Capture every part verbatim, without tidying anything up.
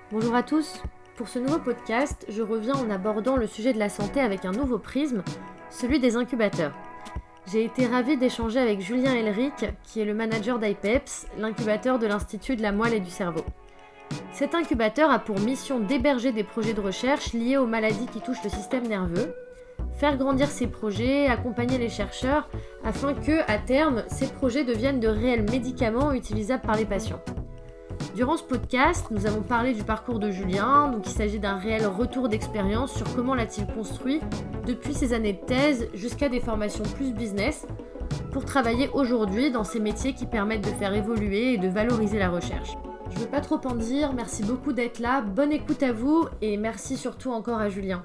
Bonjour à tous. Pour ce nouveau podcast, je reviens en abordant le sujet de la santé avec un nouveau prisme, celui des incubateurs. J'ai été ravie d'échanger avec Julien Elric, qui est le manager d'Ipeps, l'incubateur de l'Institut de la moelle et du cerveau. Cet incubateur a pour mission d'héberger des projets de recherche liés aux maladies qui touchent le système nerveux, faire grandir ces projets, accompagner les chercheurs, afin que, à terme, ces projets deviennent de réels médicaments utilisables par les patients. Durant ce podcast, nous avons parlé du parcours de Julien, donc il s'agit d'un réel retour d'expérience sur comment l'a-t-il construit depuis ses années de thèse jusqu'à des formations plus business pour travailler aujourd'hui dans ces métiers qui permettent de faire évoluer et de valoriser la recherche. Je ne veux pas trop en dire, merci beaucoup d'être là, bonne écoute à vous et merci surtout encore à Julien.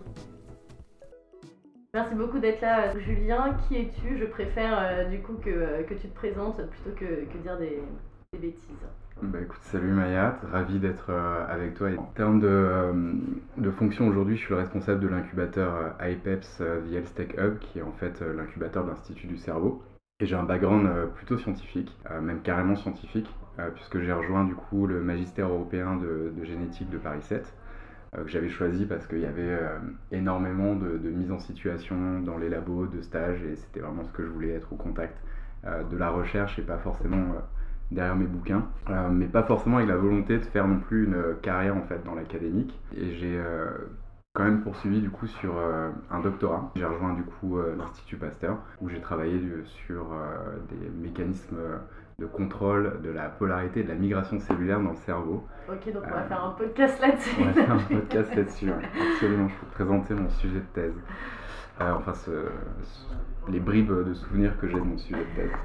Merci beaucoup d'être là, Julien. Qui es-tu ? Je préfère euh, du coup que, que tu te présentes plutôt que, que dire des, des bêtises. Bah écoute, salut Mayat, ravi d'être euh, avec toi. En termes de, euh, de fonction aujourd'hui, je suis le responsable de l'incubateur euh, Ipeps euh, The Health Tech Hub, qui est en fait euh, l'incubateur de l'Institut du cerveau. Et j'ai un background euh, plutôt scientifique, euh, même carrément scientifique, euh, puisque j'ai rejoint du coup le magistère européen de, de génétique de Paris sept, euh, que j'avais choisi parce qu'il y avait euh, énormément de, de mise en situation dans les labos, de stages, et c'était vraiment ce que je voulais, être au contact euh, de la recherche et pas forcément... Euh, derrière mes bouquins, euh, mais pas forcément avec la volonté de faire non plus une carrière en fait dans l'académique. Et j'ai euh, quand même poursuivi du coup sur euh, un doctorat. J'ai rejoint du coup euh, l'Institut Pasteur où j'ai travaillé du, sur euh, des mécanismes de contrôle de la polarité et de la migration cellulaire dans le cerveau. Ok, donc on va euh, faire un podcast là-dessus. On va faire un podcast là-dessus, ouais. Absolument. Je peux te présenter mon sujet de thèse. Euh, enfin, ce, ce, les bribes de souvenirs que j'ai de mon sujet de thèse.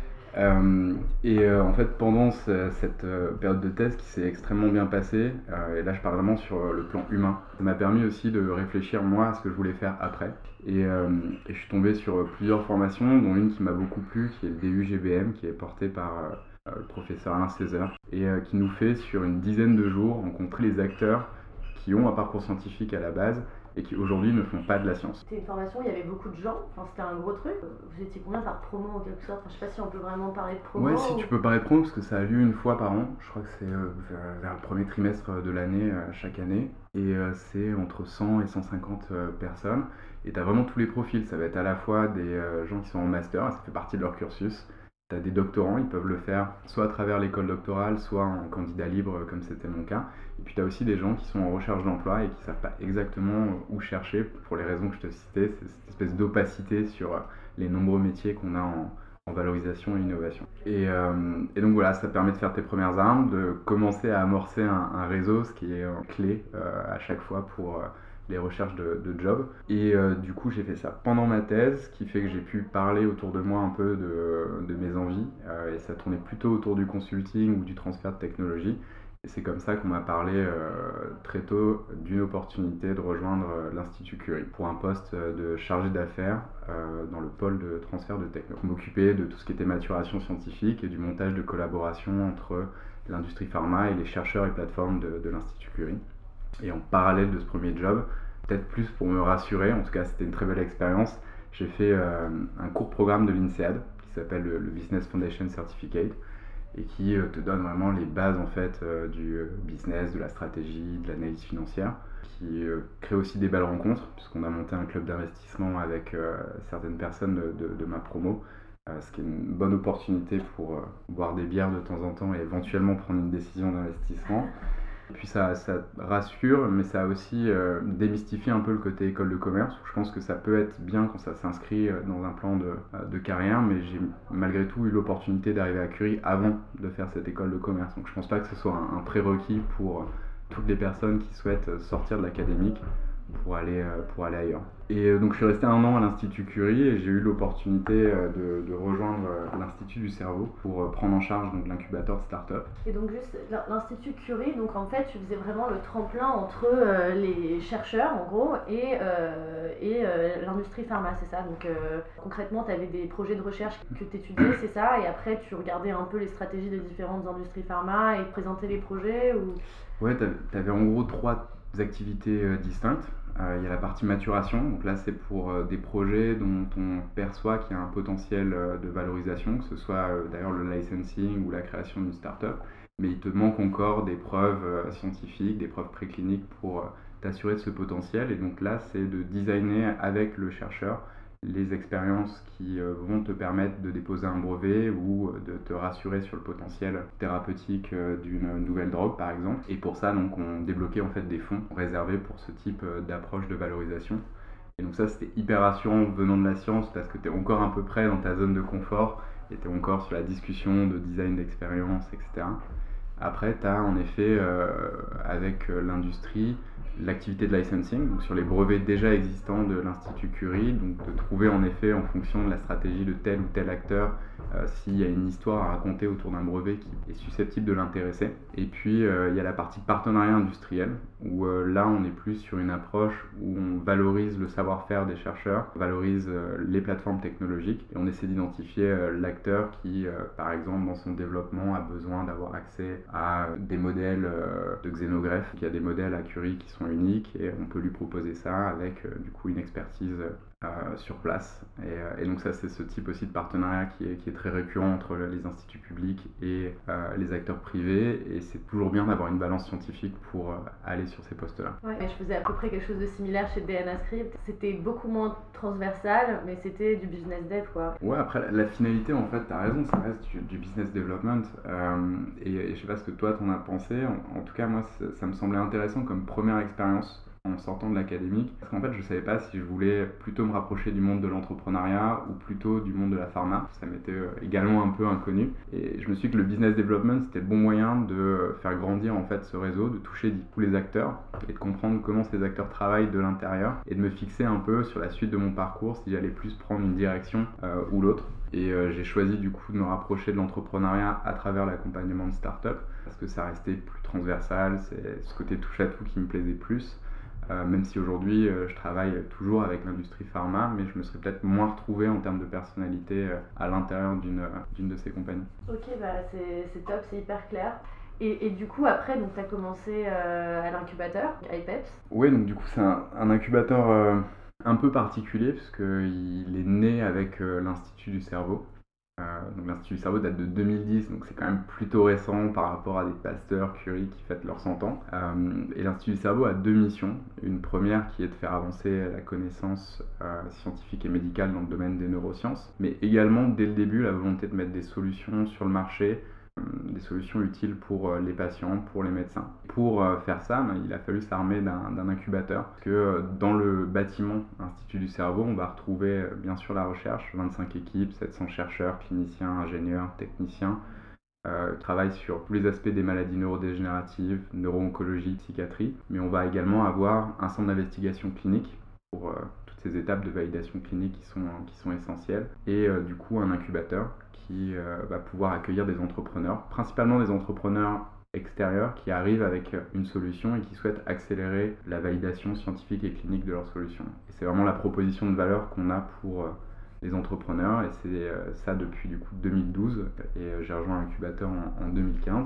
Euh, et euh, en fait pendant ce, cette euh, période de thèse qui s'est extrêmement bien passée, euh, et là je parle vraiment sur euh, le plan humain, ça m'a permis aussi de réfléchir moi à ce que je voulais faire après. Et, euh, et je suis tombé sur plusieurs formations, dont une qui m'a beaucoup plu, qui est le D U G B M, qui est porté par euh, le professeur Alain César, et euh, qui nous fait sur une dizaine de jours rencontrer les acteurs qui ont un parcours scientifique à la base, et qui aujourd'hui ne font pas de la science. C'était une formation où il y avait beaucoup de gens, enfin, c'était un gros truc. Vous étiez combien par promo en quelque sorte? Enfin, je sais pas si on peut vraiment parler de promo. Ouais, si ou... tu peux parler de promo parce que ça a lieu une fois par an. Je crois que c'est euh, vers, vers le premier trimestre de l'année euh, chaque année. Et euh, c'est entre cent et cent cinquante euh, personnes. Et tu as vraiment tous les profils. Ça va être à la fois des euh, gens qui sont en master, ça fait partie de leur cursus. Tu as des doctorants, ils peuvent le faire soit à travers l'école doctorale, soit en candidat libre comme c'était mon cas. Et puis tu as aussi des gens qui sont en recherche d'emploi et qui ne savent pas exactement où chercher pour les raisons que je te citais, c'est cette espèce d'opacité sur les nombreux métiers qu'on a en, en valorisation et innovation. Et, euh, et donc voilà, ça te permet de faire tes premières armes, de commencer à amorcer un, un réseau, ce qui est euh, clé euh, à chaque fois pour... Euh, les recherches de, de job. Et euh, du coup, j'ai fait ça pendant ma thèse, ce qui fait que j'ai pu parler autour de moi un peu de, de mes envies. Euh, et ça tournait plutôt autour du consulting ou du transfert de technologie. Et c'est comme ça qu'on m'a parlé euh, très tôt d'une opportunité de rejoindre euh, l'Institut Curie pour un poste de chargé d'affaires euh, dans le pôle de transfert de techno. M'occuper de tout ce qui était maturation scientifique et du montage de collaboration entre l'industrie pharma et les chercheurs et plateformes de, de l'Institut Curie. Et en parallèle de ce premier job, peut-être plus pour me rassurer, en tout cas c'était une très belle expérience, j'ai fait euh, un court programme de l'INSEAD qui s'appelle le, le Business Foundation Certificate et qui euh, te donne vraiment les bases en fait euh, du business, de la stratégie, de l'analyse financière, qui euh, crée aussi des belles rencontres puisqu'on a monté un club d'investissement avec euh, certaines personnes de, de, de ma promo, euh, ce qui est une bonne opportunité pour euh, boire des bières de temps en temps et éventuellement prendre une décision d'investissement. Puis ça, ça rassure, mais ça a aussi euh, démystifié un peu le côté école de commerce. Je pense que ça peut être bien quand ça s'inscrit dans un plan de, de carrière, mais j'ai malgré tout eu l'opportunité d'arriver à Curie avant de faire cette école de commerce. Donc je pense pas que ce soit un, un prérequis pour toutes les personnes qui souhaitent sortir de l'académique pour aller, pour aller ailleurs. Et donc je suis resté un an à l'Institut Curie et j'ai eu l'opportunité de, de rejoindre l'Institut du cerveau pour prendre en charge donc, l'incubateur de start-up. Et donc juste l'Institut Curie, donc en fait tu faisais vraiment le tremplin entre euh, les chercheurs en gros et, euh, et euh, l'industrie pharma, c'est ça? Donc euh, concrètement tu avais des projets de recherche que tu étudiais, c'est ça? Et après tu regardais un peu les stratégies des différentes industries pharma et présentais les projets ou... Ouais, tu avais en gros trois activités euh, distinctes. Euh, il y a la partie maturation, donc là c'est pour euh, des projets dont on perçoit qu'il y a un potentiel euh, de valorisation, que ce soit euh, d'ailleurs le licensing ou la création d'une start-up. mais il te manque encore des preuves euh, scientifiques, des preuves précliniques pour euh, t'assurer de ce potentiel. Et donc là, c'est de designer avec le chercheur les expériences qui euh, vont te permettre de déposer un brevet ou euh, de te rassurer sur le potentiel thérapeutique euh, d'une nouvelle drogue, par exemple. Et pour ça, donc, on débloquait en fait des fonds réservés pour ce type euh, d'approche de valorisation. Et donc ça, c'était hyper rassurant venant de la science parce que tu es encore un peu près dans ta zone de confort et tu es encore sur la discussion de design d'expérience, et cetera. Après, tu as en effet, euh, avec euh, l'industrie, l'activité de licensing, donc sur les brevets déjà existants de l'Institut Curie, donc de trouver en effet en fonction de la stratégie de tel ou tel acteur euh, s'il y a une histoire à raconter autour d'un brevet qui est susceptible de l'intéresser. Et puis euh, il y a la partie partenariat industriel, où euh, là on est plus sur une approche où on valorise le savoir-faire des chercheurs, on valorise euh, les plateformes technologiques, et on essaie d'identifier euh, l'acteur qui, euh, par exemple, dans son développement a besoin d'avoir accès à des modèles euh, de xénogreffe. Il y a des modèles à Curie qui sont uniques et on peut lui proposer ça avec euh, du coup une expertise euh, sur place. Et, euh, et donc ça, c'est ce type aussi de partenariat qui est, qui est très récurrent entre les instituts publics et euh, les acteurs privés, et c'est toujours bien d'avoir une balance scientifique pour euh, aller sur ces postes-là. Ouais, je faisais à peu près quelque chose de similaire chez D N A Script. C'était beaucoup moins transversal, mais c'était du business dev, quoi. Ouais, après la, la finalité, en fait, t'as raison, ça reste du, du business development. Euh, et, et je sais pas ce que toi t'en as pensé. En, en tout cas, moi, ça, ça me semblait intéressant comme première expérience en sortant de l'académique, parce qu'en fait je savais pas si je voulais plutôt me rapprocher du monde de l'entrepreneuriat ou plutôt du monde de la pharma. Ça m'était également un peu inconnu, et je me suis dit que le business development c'était le bon moyen de faire grandir en fait ce réseau, de toucher tous les acteurs et de comprendre comment ces acteurs travaillent de l'intérieur, et de me fixer un peu sur la suite de mon parcours si j'allais plus prendre une direction euh, ou l'autre. Et euh, j'ai choisi du coup de me rapprocher de l'entrepreneuriat à travers l'accompagnement de start-up, parce que ça restait plus transversal, c'est ce côté touche à tout qui me plaisait plus. Euh, même si aujourd'hui euh, je travaille toujours avec l'industrie pharma, mais je me serais peut-être moins retrouvé en termes de personnalité euh, à l'intérieur d'une, euh, d'une de ces compagnies. Ok, bah c'est, c'est top, c'est hyper clair. Et, et du coup, après, tu as commencé euh, à l'incubateur, iPeps. Oui, donc du coup, c'est un, un incubateur euh, un peu particulier, puisqu'il est né avec euh, l'Institut du cerveau. Euh, donc l'Institut du cerveau date de deux mille dix, donc c'est quand même plutôt récent par rapport à des Pasteur, Curie qui fêtent leurs cent ans. Euh, et l'Institut du cerveau a deux missions. Une première qui est de faire avancer la connaissance euh, scientifique et médicale dans le domaine des neurosciences, mais également dès le début la volonté de mettre des solutions sur le marché, euh, des solutions utiles pour euh, les patients, pour les médecins. Pour euh, faire ça, ben, il a fallu s'armer d'un, d'un incubateur, parce que euh, dans le bâtiment Institut du cerveau, on va retrouver euh, bien sûr la recherche, vingt-cinq équipes, sept cents chercheurs, cliniciens, ingénieurs, techniciens, euh, qui travaillent sur tous les aspects des maladies neurodégénératives, neuro-oncologie, psychiatrie, mais on va également avoir un centre d'investigation clinique pour euh, toutes ces étapes de validation clinique qui sont, qui sont essentielles, et euh, du coup un incubateur qui euh, va pouvoir accueillir des entrepreneurs, principalement des entrepreneurs extérieurs qui arrivent avec une solution et qui souhaitent accélérer la validation scientifique et clinique de leur solution. Et c'est vraiment la proposition de valeur qu'on a pour euh, les entrepreneurs, et c'est euh, ça depuis du coup deux mille douze, et euh, j'ai rejoint l'incubateur en, en deux mille quinze,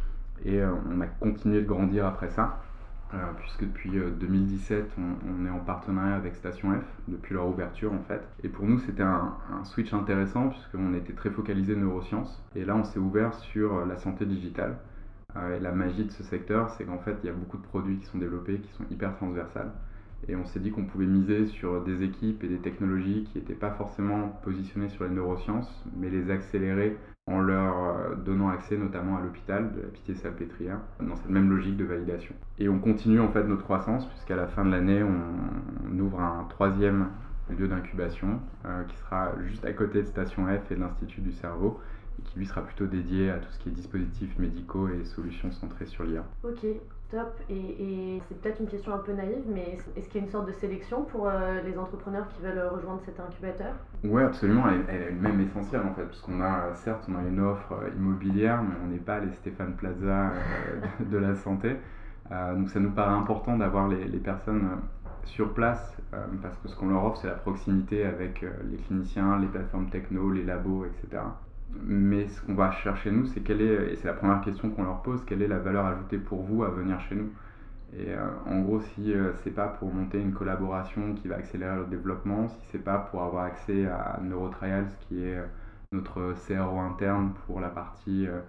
et euh, on a continué de grandir après ça. Euh, puisque depuis euh, deux mille dix-sept, on, on est en partenariat avec Station F, depuis leur ouverture en fait. Et pour nous, c'était un, un switch intéressant, puisqu'on était très focalisé neurosciences. Et là, on s'est ouvert sur euh, la santé digitale. Euh, et la magie de ce secteur, c'est qu'en fait, il y a beaucoup de produits qui sont développés, qui sont hyper transversales. Et on s'est dit qu'on pouvait miser sur des équipes et des technologies qui n'étaient pas forcément positionnées sur les neurosciences, mais les accélérer en leur donnant accès notamment à l'hôpital de la Pitié-Salpêtrière, dans cette même logique de validation. Et on continue en fait notre croissance, puisqu'à la fin de l'année, on, on ouvre un troisième lieu d'incubation euh, qui sera juste à côté de Station F et de l'Institut du cerveau, et qui lui sera plutôt dédié à tout ce qui est dispositifs médicaux et solutions centrées sur l'I A. Ok, top. Et, et c'est peut-être une question un peu naïve, mais est-ce qu'il y a une sorte de sélection pour euh, les entrepreneurs qui veulent rejoindre cet incubateur ? Oui, absolument. Elle, elle est même essentielle en fait, parce qu'on a, certes, on a une offre immobilière, mais on n'est pas les Stéphane Plaza euh, de, de la santé. Euh, donc ça nous paraît important d'avoir les, les personnes sur place, euh, parce que ce qu'on leur offre, c'est la proximité avec euh, les cliniciens, les plateformes techno, les labos, et cetera. Mais ce qu'on va chercher nous, c'est quelle est, et c'est la première question qu'on leur pose, quelle est la valeur ajoutée pour vous à venir chez nous ? Et euh, en gros, si euh, c'est pas pour monter une collaboration qui va accélérer le développement, si c'est pas pour avoir accès à NeuroTrials, qui est euh, notre C R O interne pour la partie euh,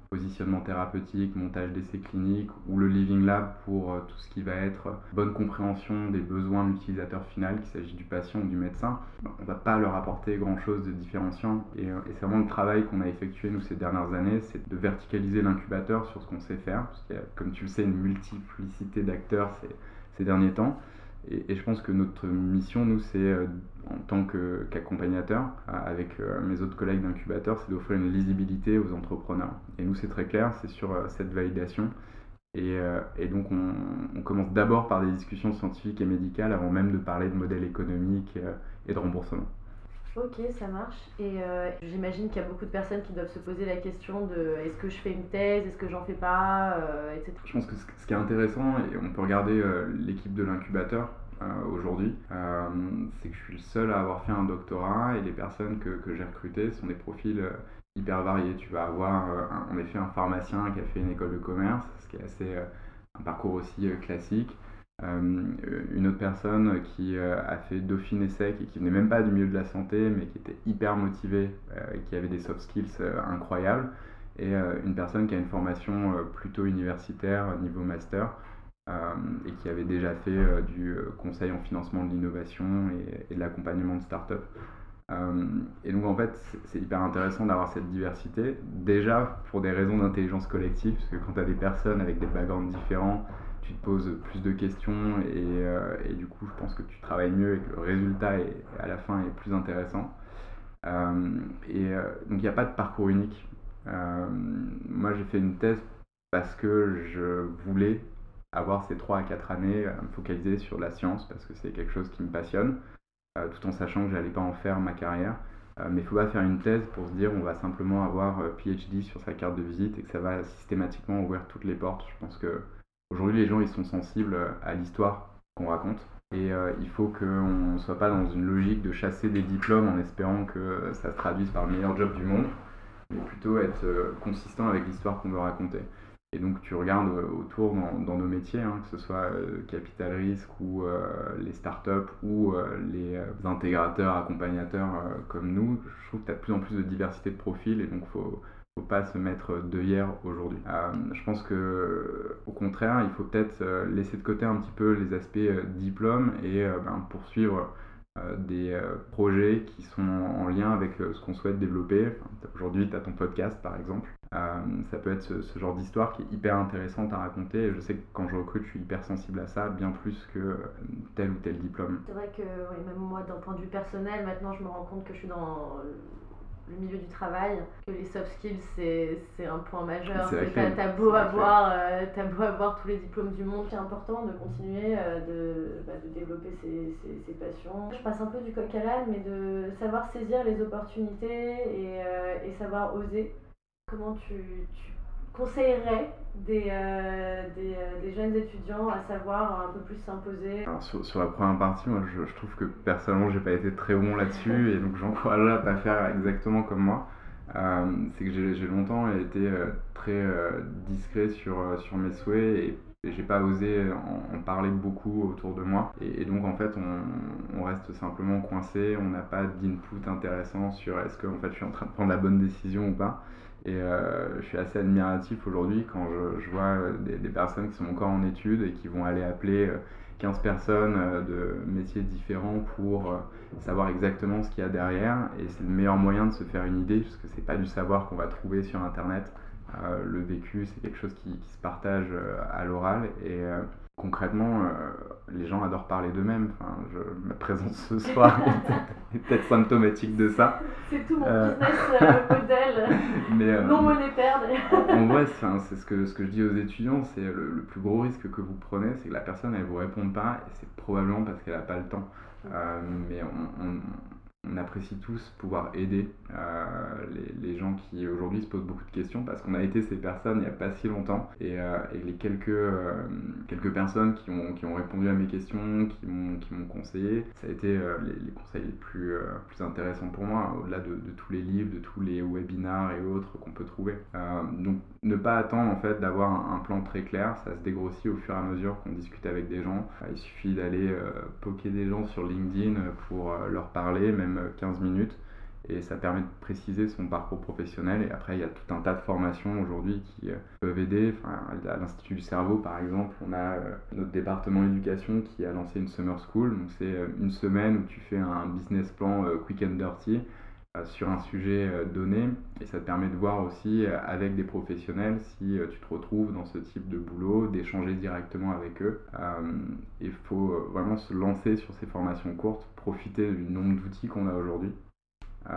positionnement thérapeutique, montage d'essais cliniques, ou le Living Lab pour tout ce qui va être bonne compréhension des besoins de l'utilisateur final, qu'il s'agisse du patient ou du médecin. On ne va pas leur apporter grand-chose de différenciant, et, et c'est vraiment le travail qu'on a effectué nous ces dernières années, c'est de verticaliser l'incubateur sur ce qu'on sait faire, parce qu'il y a, comme tu le sais, une multiplicité d'acteurs ces, ces derniers temps. Et, et je pense que notre mission, nous, c'est euh, en tant que, qu'accompagnateur, euh, avec euh, mes autres collègues d'incubateur, c'est d'offrir une lisibilité aux entrepreneurs. Et nous, c'est très clair, c'est sur euh, cette validation. Et, euh, et donc, on, on commence d'abord par des discussions scientifiques et médicales avant même de parler de modèles économiques euh, et de remboursement. Ok, ça marche. Et euh, j'imagine qu'il y a beaucoup de personnes qui doivent se poser la question de est-ce que je fais une thèse, est-ce que j'en fais pas, euh, et cetera. Je pense que ce qui est intéressant, et on peut regarder euh, l'équipe de l'incubateur euh, aujourd'hui, euh, c'est que je suis le seul à avoir fait un doctorat, et les personnes que, que j'ai recrutées sont des profils euh, hyper variés. Tu vas avoir euh, un, en effet un pharmacien qui a fait une école de commerce, ce qui est assez euh, un parcours aussi euh, classique. Euh, une autre personne qui euh, a fait Dauphine et Sec et qui venait même pas du milieu de la santé mais qui était hyper motivée euh, et qui avait des soft skills euh, incroyables, et euh, une personne qui a une formation euh, plutôt universitaire niveau master euh, et qui avait déjà fait euh, du conseil en financement de l'innovation et, et de l'accompagnement de start-up. Euh, et donc en fait c'est, c'est hyper intéressant d'avoir cette diversité, déjà pour des raisons d'intelligence collective, parce que quand tu as des personnes avec des backgrounds différents, tu te poses plus de questions et, euh, et du coup je pense que tu travailles mieux et que le résultat est, à la fin est plus intéressant. Euh, et euh, donc il n'y a pas de parcours unique. Euh, moi j'ai fait une thèse parce que je voulais avoir ces trois à quatre années à me focaliser sur la science, parce que c'est quelque chose qui me passionne, euh, tout en sachant que j'allais pas en faire ma carrière. Euh, mais il ne faut pas faire une thèse pour se dire on va simplement avoir euh, P H D sur sa carte de visite et que ça va systématiquement ouvrir toutes les portes. Je pense que aujourd'hui, les gens ils sont sensibles à l'histoire qu'on raconte, et euh, il faut qu'on ne soit pas dans une logique de chasser des diplômes en espérant que ça se traduise par le meilleur job du monde, mais plutôt être euh, consistant avec l'histoire qu'on veut raconter. Et donc tu regardes euh, autour dans, dans nos métiers, hein, que ce soit euh, capital risque ou euh, les startups ou euh, les euh, intégrateurs, accompagnateurs euh, comme nous, je trouve que tu as de plus en plus de diversité de profils, et donc il faut faut pas se mettre de hier aujourd'hui. Euh, je pense que au contraire, il faut peut-être euh, laisser de côté un petit peu les aspects euh, diplôme et euh, ben, poursuivre euh, des euh, projets qui sont en lien avec euh, ce qu'on souhaite développer. Enfin, aujourd'hui, tu as ton podcast par exemple. Euh, ça peut être ce, ce genre d'histoire qui est hyper intéressante à raconter, et je sais que quand je recrute, je suis hyper sensible à ça, bien plus que euh, tel ou tel diplôme. C'est vrai que oui, même moi, d'un point de vue personnel, maintenant je me rends compte que je suis dans le milieu du travail, que les soft skills c'est, c'est un point majeur. C'est t'as, t'as, beau avoir, euh, t'as beau avoir tous les diplômes du monde, c'est important de continuer euh, de, bah, de développer ses, ses, ses passions. Je passe un peu du coq à l'âne, mais de savoir saisir les opportunités et, euh, et savoir oser. Comment tu, tu conseillerais des, euh, des, euh, des jeunes étudiants à savoir un peu plus s'imposer? Alors sur, sur la première partie, moi je, je trouve que personnellement j'ai pas été très bon là-dessus, et donc j'encouragerais à pas faire exactement comme moi. Euh, c'est que j'ai, j'ai longtemps été euh, très euh, discret sur, euh, sur mes souhaits, et, et j'ai pas osé en, en parler beaucoup autour de moi, et, et donc en fait on, on reste simplement coincé, on n'a pas d'input intéressant sur est-ce que en fait je suis en train de prendre la bonne décision ou pas. Et euh, je suis assez admiratif aujourd'hui quand je, je vois des, des personnes qui sont encore en études et qui vont aller appeler quinze personnes de métiers différents pour savoir exactement ce qu'il y a derrière. Et c'est le meilleur moyen de se faire une idée, parce que c'est pas du savoir qu'on va trouver sur internet. Euh, le vécu, c'est quelque chose qui, qui se partage à l'oral, et euh, concrètement, euh, les gens adorent parler d'eux-mêmes. Enfin, je, ma présence ce soir est, peut-être, est peut-être symptomatique de ça. C'est tout mon euh... business euh, modèle, mais, euh, non monétaire d'ailleurs. En, en vrai, c'est, enfin, c'est ce, que, ce que je dis aux étudiants, c'est le, le plus gros risque que vous prenez, c'est que la personne elle vous réponde pas, et c'est probablement parce qu'elle n'a pas le temps. Euh, mais on, on, on apprécie tous pouvoir aider euh, les, les gens qui aujourd'hui se posent beaucoup de questions, parce qu'on a été ces personnes il n'y a pas si longtemps, et, euh, et les quelques, euh, quelques personnes qui ont, qui ont répondu à mes questions, qui m'ont, qui m'ont conseillé, ça a été euh, les, les conseils les plus, euh, plus intéressants pour moi, hein, au-delà de, de tous les livres, de tous les webinars et autres qu'on peut trouver. Euh, donc ne pas attendre en fait d'avoir un, un plan très clair, ça se dégrossit au fur et à mesure qu'on discute avec des gens. Il suffit d'aller euh, poker des gens sur LinkedIn pour euh, leur parler, même quinze minutes, et ça permet de préciser son parcours professionnel. Et après, il y a tout un tas de formations aujourd'hui qui euh, peuvent aider. Enfin, à l'Institut du cerveau, par exemple, on a euh, notre département éducation qui a lancé une summer school. Donc c'est euh, une semaine où tu fais un business plan euh, quick and dirty euh, sur un sujet euh, donné, et ça te permet de voir aussi euh, avec des professionnels si euh, tu te retrouves dans ce type de boulot, d'échanger directement avec eux. Euh, il faut euh, vraiment se lancer sur ces formations courtes, profiter du nombre d'outils qu'on a aujourd'hui. Euh,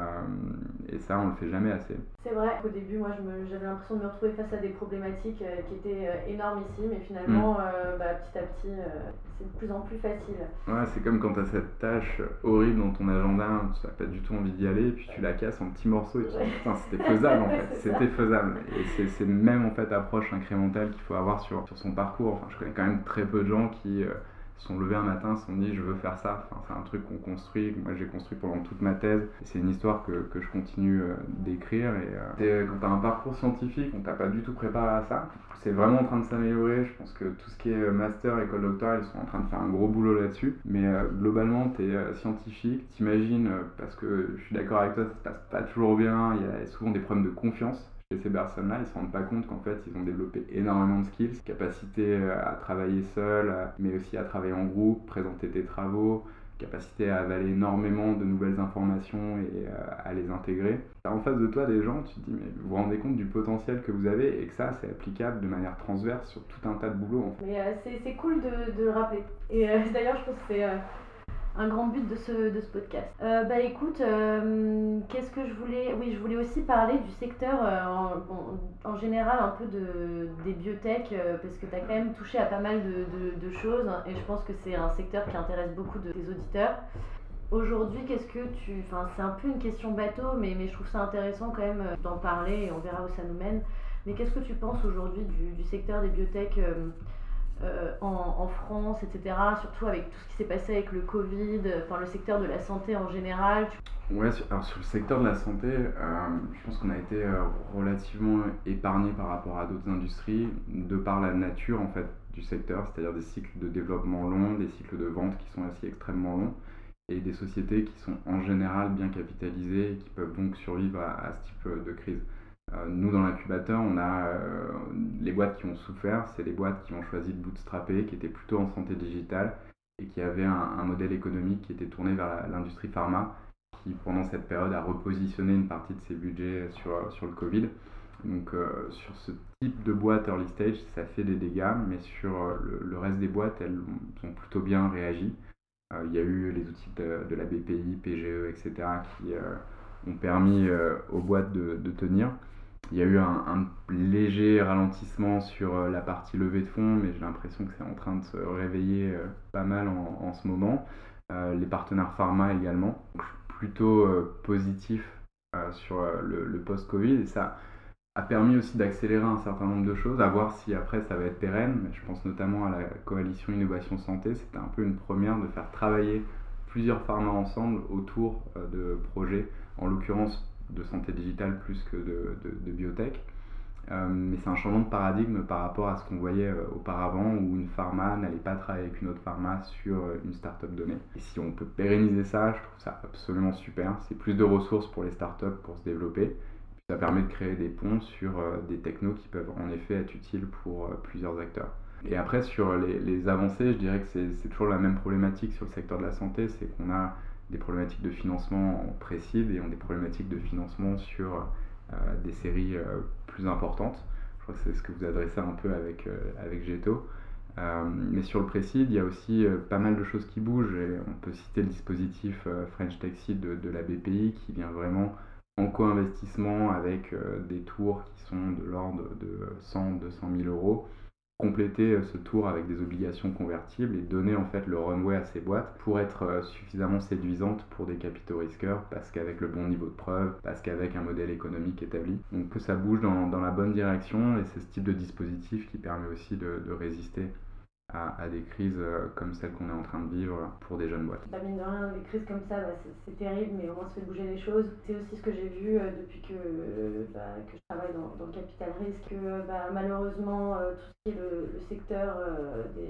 et ça, on le fait jamais assez. C'est vrai, au début, moi, je me, j'avais l'impression de me retrouver face à des problématiques euh, qui étaient euh, énormissimes, et finalement, mmh. euh, bah, petit à petit, euh, c'est de plus en plus facile. Ouais, c'est comme quand tu as cette tâche horrible dans ton agenda, tu n'as pas du tout envie d'y aller, et puis tu la casses en petits morceaux, et tu te dis, putain, c'était faisable en fait, c'était faisable. Et c'est, c'est même en fait approche incrémentale qu'il faut avoir sur, sur son parcours. Enfin, je connais quand même très peu de gens qui euh, se sont levés un matin, se sont dit, je veux faire ça. Enfin, c'est un truc qu'on construit, que moi j'ai construit pendant toute ma thèse, et c'est une histoire que, que je continue euh, d'écrire. Et euh, quand tu as un parcours scientifique, on t'a pas du tout préparé à ça. C'est vraiment en train de s'améliorer. Je pense que tout ce qui est master, école doctorale, ils sont en train de faire un gros boulot là-dessus. Mais euh, globalement, tu es euh, scientifique, t'imagines, euh, parce que je suis d'accord avec toi, ça se passe pas toujours bien. Il y a souvent des problèmes de confiance chez ces personnes-là. Ils se rendent pas compte qu'en fait, ils ont développé énormément de skills, capacité à travailler seul, à, mais aussi à travailler en groupe, présenter tes travaux, capacité à avaler énormément de nouvelles informations et euh, à les intégrer. T'as en face de toi des gens, tu te dis, mais vous vous rendez compte du potentiel que vous avez, et que ça, c'est applicable de manière transverse sur tout un tas de boulots. En fait. Mais euh, c'est, c'est cool de, de le rappeler. Et euh, d'ailleurs, je pense que c'est euh, un grand but de ce, de ce podcast. Euh, bah écoute, euh, qu'est-ce que je voulais... Oui, je voulais aussi parler du secteur euh, en, bon, en général un peu de, des biotech, euh, parce que tu as quand même touché à pas mal de, de, de choses, hein, et je pense que c'est un secteur qui intéresse beaucoup de tes auditeurs. Aujourd'hui, qu'est-ce que tu... Enfin, c'est un peu une question bateau, mais, mais je trouve ça intéressant quand même d'en parler, et on verra où ça nous mène. Mais qu'est-ce que tu penses aujourd'hui du, du secteur des biotech euh, euh, en, en France, et cetera. Surtout avec tout ce qui s'est passé avec le Covid, enfin le secteur de la santé en général. Ouais, alors sur le secteur de la santé, euh, je pense qu'on a été euh, relativement épargné par rapport à d'autres industries, de par la nature en fait du secteur, c'est-à-dire des cycles de développement longs, des cycles de vente qui sont aussi extrêmement longs, et des sociétés qui sont en général bien capitalisées et qui peuvent donc survivre à, à ce type de crise. Euh, nous, dans l'incubateur, on a euh, les boîtes qui ont souffert, c'est les boîtes qui ont choisi de bootstrapper, qui étaient plutôt en santé digitale et qui avaient un, un modèle économique qui était tourné vers la, l'industrie pharma, qui pendant cette période a repositionné une partie de ses budgets sur, sur le Covid. Donc euh, sur ce type de boîte early stage, ça fait des dégâts, mais sur le, le reste des boîtes, elles ont plutôt bien réagi. Euh, il y a eu les outils de, de la B P I, P G E, et cetera qui euh, ont permis euh, aux boîtes de, de tenir. Il y a eu un, un léger ralentissement sur euh, la partie levée de fonds, mais j'ai l'impression que c'est en train de se réveiller euh, pas mal en, en ce moment. Euh, les partenaires pharma également. Donc, plutôt euh, positif euh, sur euh, le, le post-Covid, et ça a permis aussi d'accélérer un certain nombre de choses, à voir si après ça va être pérenne. Mais je pense notamment à la coalition Innovation Santé, c'était un peu une première de faire travailler plusieurs pharma ensemble autour euh, de projets, en l'occurrence de santé digitale plus que de, de, de biotech. Euh, mais c'est un changement de paradigme par rapport à ce qu'on voyait euh, auparavant, où une pharma n'allait pas travailler avec une autre pharma sur euh, une start-up donnée. Et si on peut pérenniser ça, je trouve ça absolument super. C'est plus de ressources pour les start-up pour se développer. Puis ça permet de créer des ponts sur euh, des technos qui peuvent en effet être utiles pour euh, plusieurs acteurs. Et après, sur les, les avancées, je dirais que c'est, c'est toujours la même problématique sur le secteur de la santé, c'est qu'on a des problématiques de financement en pré-seed et on a des problématiques de financement sur euh, des séries euh, plus importantes. Je crois que c'est ce que vous adressez un peu avec, euh, avec Geto. Euh, mais sur le pré-seed, il y a aussi euh, pas mal de choses qui bougent. Et on peut citer le dispositif euh, French Tech Seed de, de la B P I qui vient vraiment en co-investissement avec euh, des tours qui sont de l'ordre de cent à deux cent mille euros. Compléter ce tour avec des obligations convertibles et donner en fait le runway à ces boîtes pour être suffisamment séduisantes pour des capitaux risqueurs, parce qu'avec le bon niveau de preuve, parce qu'avec un modèle économique établi. Donc que ça bouge dans, dans la bonne direction, et c'est ce type de dispositif qui permet aussi de, de résister à, à des crises comme celle qu'on est en train de vivre pour des jeunes boîtes. Bah mine de rien, des crises comme ça, bah, c'est, c'est terrible, mais au moins ça fait bouger les choses. C'est aussi ce que j'ai vu euh, depuis que, euh, bah, que je travaille dans, dans le capital risque, que bah, malheureusement, euh, tout ce qui est le, le secteur euh, des maladies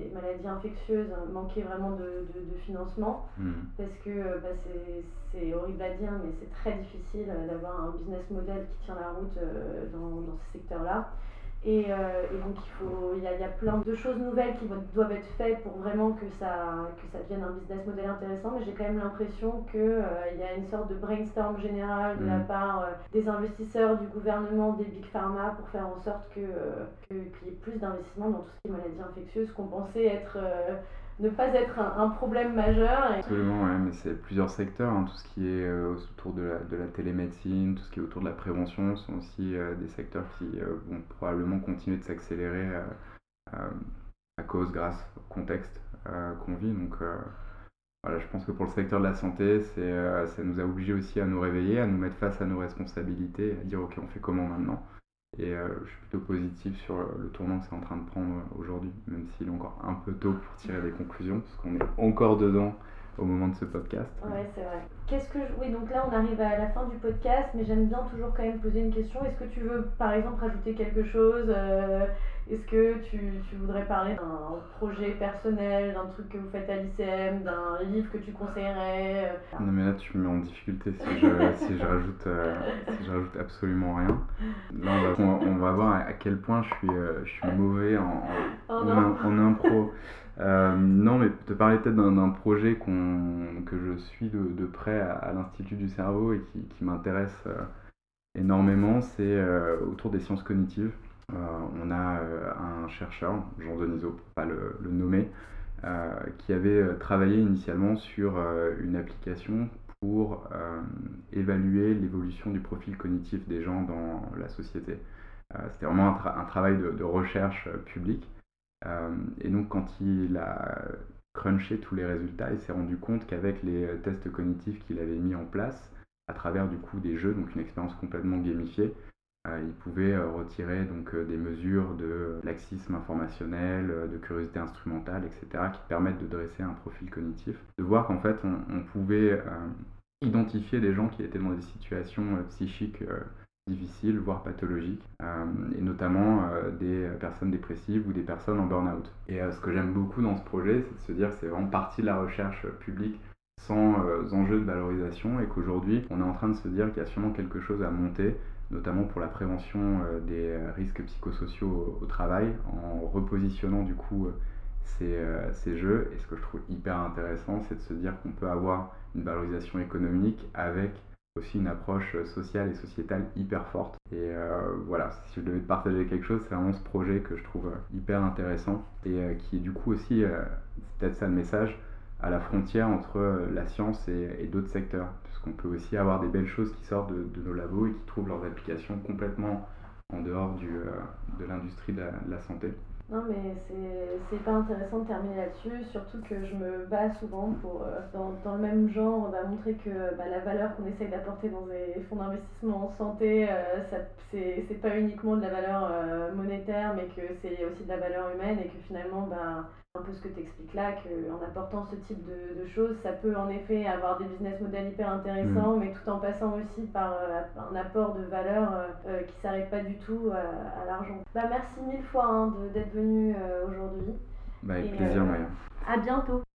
maladies infectieuses manquaient vraiment de, de, de financement, mmh. parce que bah, c'est, c'est horrible à dire, mais c'est très difficile d'avoir un business model qui tient la route euh, dans, dans ces secteurs-là. Et, euh, et donc il faut, il y, a, il y a plein de choses nouvelles qui doivent être faites pour vraiment que ça, que ça devienne un business model intéressant, mais j'ai quand même l'impression qu'il euh, y a une sorte de brainstorm général de mmh. la part euh, des investisseurs, du gouvernement, des big pharma pour faire en sorte que, euh, que, qu'il y ait plus d'investissements dans tout ce qui est maladies infectieuses qu'on pensait être... Euh, ne pas être un, un problème majeur. Et... Absolument, ouais, mais c'est plusieurs secteurs, hein, tout ce qui est euh, autour de la, de la télémédecine, tout ce qui est autour de la prévention sont aussi euh, des secteurs qui euh, vont probablement continuer de s'accélérer euh, euh, à cause, grâce au contexte euh, qu'on vit. Donc euh, voilà, je pense que pour le secteur de la santé, c'est, euh, ça nous a obligés aussi à nous réveiller, à nous mettre face à nos responsabilités, à dire ok, on fait comment maintenant. Et euh, je suis plutôt positif sur le tournant que c'est en train de prendre aujourd'hui, même s'il est encore un peu tôt pour tirer des conclusions, parce qu'on est encore dedans au moment de ce podcast. Ouais, c'est vrai. Qu'est-ce que je... Oui, donc là, on arrive à la fin du podcast, mais j'aime bien toujours quand même poser une question. Est-ce que tu veux, par exemple, rajouter quelque chose euh, Est-ce que tu, tu voudrais parler d'un projet personnel, d'un truc que vous faites à l'I C M, d'un livre que tu conseillerais euh... Non, mais là, tu me mets en difficulté si je, si je, rajoute, euh, si je rajoute absolument rien. Là, on va, on va voir à quel point je suis, euh, je suis mauvais en, en, oh en, en impro. Euh, non, mais te parler peut-être d'un, d'un projet qu'on, que je suis de, de près à, à l'Institut du cerveau et qui, qui m'intéresse euh, énormément, c'est euh, autour des sciences cognitives. Euh, on a euh, un chercheur, Jean Denisot, pour ne pas le, le nommer, euh, qui avait travaillé initialement sur euh, une application pour euh, évaluer l'évolution du profil cognitif des gens dans la société. Euh, c'était vraiment un, tra- un travail de, de recherche euh, publique. Euh, et donc quand il a crunché tous les résultats, il s'est rendu compte qu'avec les tests cognitifs qu'il avait mis en place, à travers du coup des jeux, donc une expérience complètement gamifiée, euh, il pouvait euh, retirer donc euh, des mesures de laxisme informationnel, euh, de curiosité instrumentale, et cetera, qui permettent de dresser un profil cognitif, de voir qu'en fait on, on pouvait euh, identifier des gens qui étaient dans des situations euh, psychiques euh, difficiles, voire pathologiques, euh, et notamment euh, des personnes dépressives ou des personnes en burn-out. Et euh, ce que j'aime beaucoup dans ce projet, c'est de se dire que c'est vraiment partie de la recherche publique sans euh, enjeu de valorisation, et qu'aujourd'hui, on est en train de se dire qu'il y a sûrement quelque chose à monter, notamment pour la prévention euh, des risques psychosociaux au, au travail, en repositionnant du coup euh, ces, euh, ces jeux. Et ce que je trouve hyper intéressant, c'est de se dire qu'on peut avoir une valorisation économique avec aussi une approche sociale et sociétale hyper forte. Et euh, voilà, si je devais te partager quelque chose, c'est vraiment ce projet que je trouve hyper intéressant et euh, qui est du coup aussi, euh, c'est peut-être ça le message, à la frontière entre la science et, et d'autres secteurs. Parce qu'on peut aussi avoir des belles choses qui sortent de, de nos labos et qui trouvent leurs applications complètement en dehors du, euh, de l'industrie de la, de la santé. Non mais c'est, c'est pas intéressant de terminer là-dessus, surtout que je me bats souvent pour, euh, dans, dans le même genre, bah, montrer que bah, la valeur qu'on essaye d'apporter dans des fonds d'investissement en santé, euh, ça, c'est, c'est pas uniquement de la valeur euh, monétaire, mais que c'est aussi de la valeur humaine et que finalement, bah, un peu ce que tu expliques là, qu'en apportant ce type de, de choses, ça peut en effet avoir des business models hyper intéressants, mmh. mais tout en passant aussi par euh, un apport de valeur euh, qui ne s'arrête pas du tout à, à l'argent. Bah, merci mille fois hein, de, d'être venu euh, aujourd'hui. Bah, avec et, plaisir, euh, Maya. À bientôt.